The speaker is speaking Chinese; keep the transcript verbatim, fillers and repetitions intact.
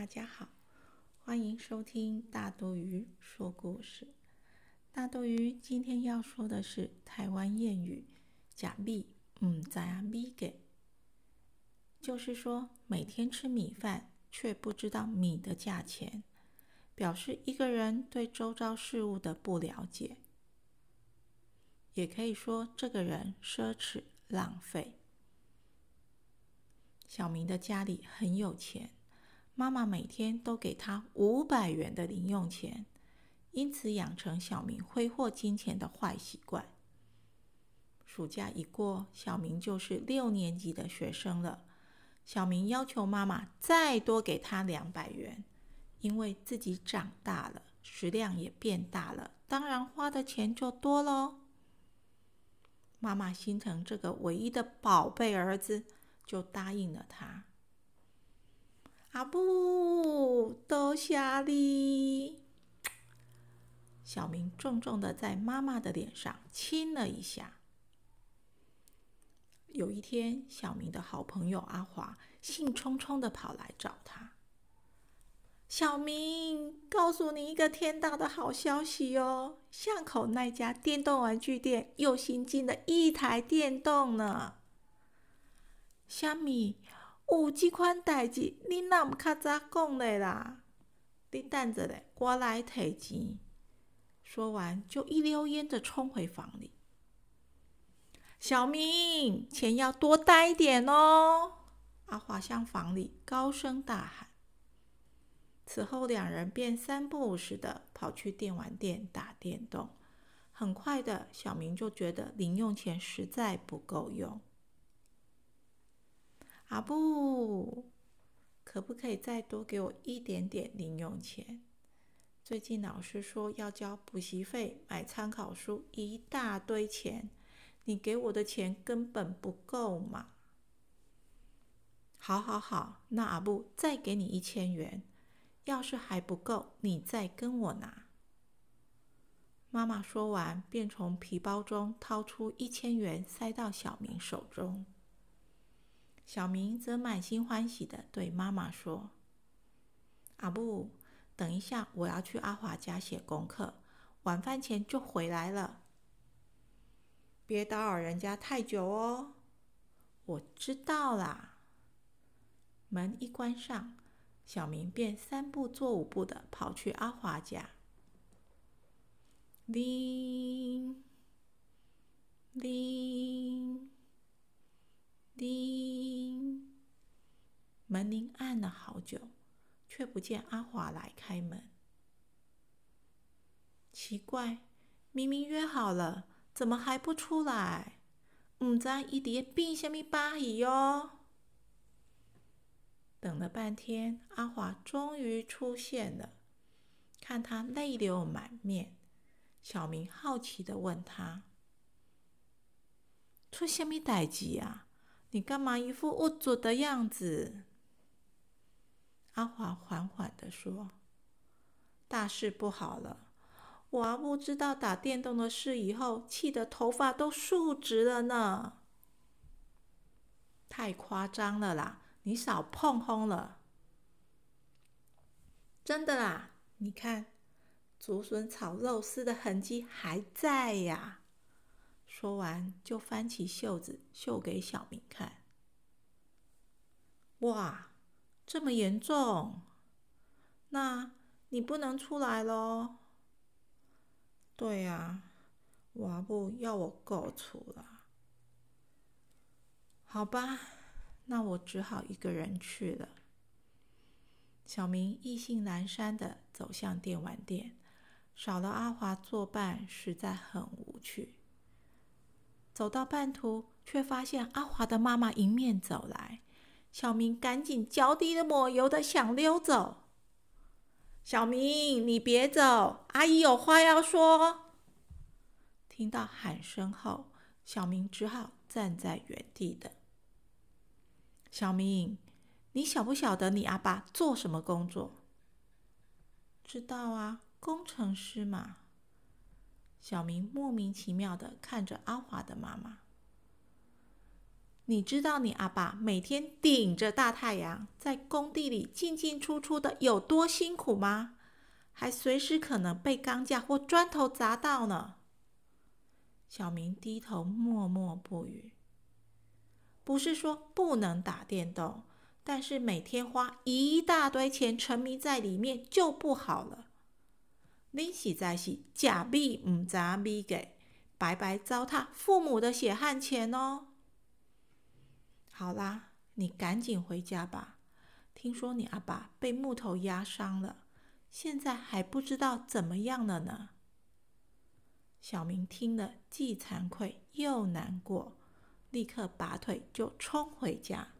家好，欢迎收听大肚鱼说故事。大肚鱼今天要说的是台湾谚语“吃米唔知影米价”，就是说每天吃米饭却不知道米的价钱，表示一个人对周遭事物的不了解，也可以说这个人奢侈浪费。小明的家里很有钱，妈妈每天都给他五百元的零用钱，因此养成小明挥霍金钱的坏习惯。暑假一过，小明就是六年级的学生了。小明要求妈妈再多给他两百元，因为自己长大了，食量也变大了，当然花的钱就多咯。妈妈心疼这个唯一的宝贝儿子，就答应了他。阿母，多谢你。小明重重的在妈妈的脸上亲了一下。有一天，小明的好朋友阿华兴冲冲的跑来找他。小明，告诉你一个天大的好消息哦！巷口那家电动玩具店又新进了一台电动呢。什么？有这款代志，你哪唔较早讲嘞啦？你等着嘞，我来提钱。说完，就一溜烟的冲回房里。小明，钱要多带一点哦！阿华向房里高声大喊。此后，两人便三不五时的跑去电玩店打电动。很快的，小明就觉得零用钱实在不够用。阿布，可不可以再多给我一点点零用钱？最近老师说要交补习费、买参考书，一大堆钱，你给我的钱根本不够嘛。好好好，那阿布再给你一千元，要是还不够，你再跟我拿。妈妈说完，便从皮包中掏出一千元，塞到小明手中。小明则满心欢喜地对妈妈说：“阿布，等一下我要去阿华家写功课，晚饭前就回来了。别打扰人家太久哦。”我知道啦。门一关上，小明便三步做五步地跑去阿华家。铃铃铃，门铃按了好久，却不见阿华来开门。奇怪，明明约好了，怎么还不出来？唔知他在变什么把戏哦。等了半天，阿华终于出现了。看他泪流满面，小明好奇地问他：“出什么代志啊？你干嘛一副无助的样子？”阿华缓缓地说：“大事不好了！我阿布知道打电动的事以后，气得头发都竖直了呢。”太夸张了啦！你少碰轰了。真的啦，你看，竹笋炒肉丝的痕迹还在呀。说完，就翻起袖子秀给小明看。哇，这么严重？那你不能出来咯。对呀，我阿布要我够出了。好吧，那我只好一个人去了。小明意兴阑珊地走向电玩店，少了阿华作伴，实在很无趣。走到半途，却发现阿华的妈妈迎面走来，小明赶紧脚底的抹油的想溜走。小明，你别走，阿姨有话要说。听到喊声后，小明只好站在原地的。小明，你晓不晓得你阿爸做什么工作？知道啊，工程师嘛。小明莫名其妙的看着阿华的妈妈。 你知道你阿爸每天顶着大太阳在工地里进进出出的有多辛苦吗？还随时可能被钢架或砖头砸到呢。小明低头默默不语。不是说不能打电动，但是每天花一大堆钱沉迷在里面就不好了。你实在是假币唔砸米给，白白糟蹋父母的血汗钱哦。好啦，你赶紧回家吧。听说你阿爸被木头压伤了，现在还不知道怎么样了呢。小明听了既惭愧又难过，立刻拔腿就冲回家。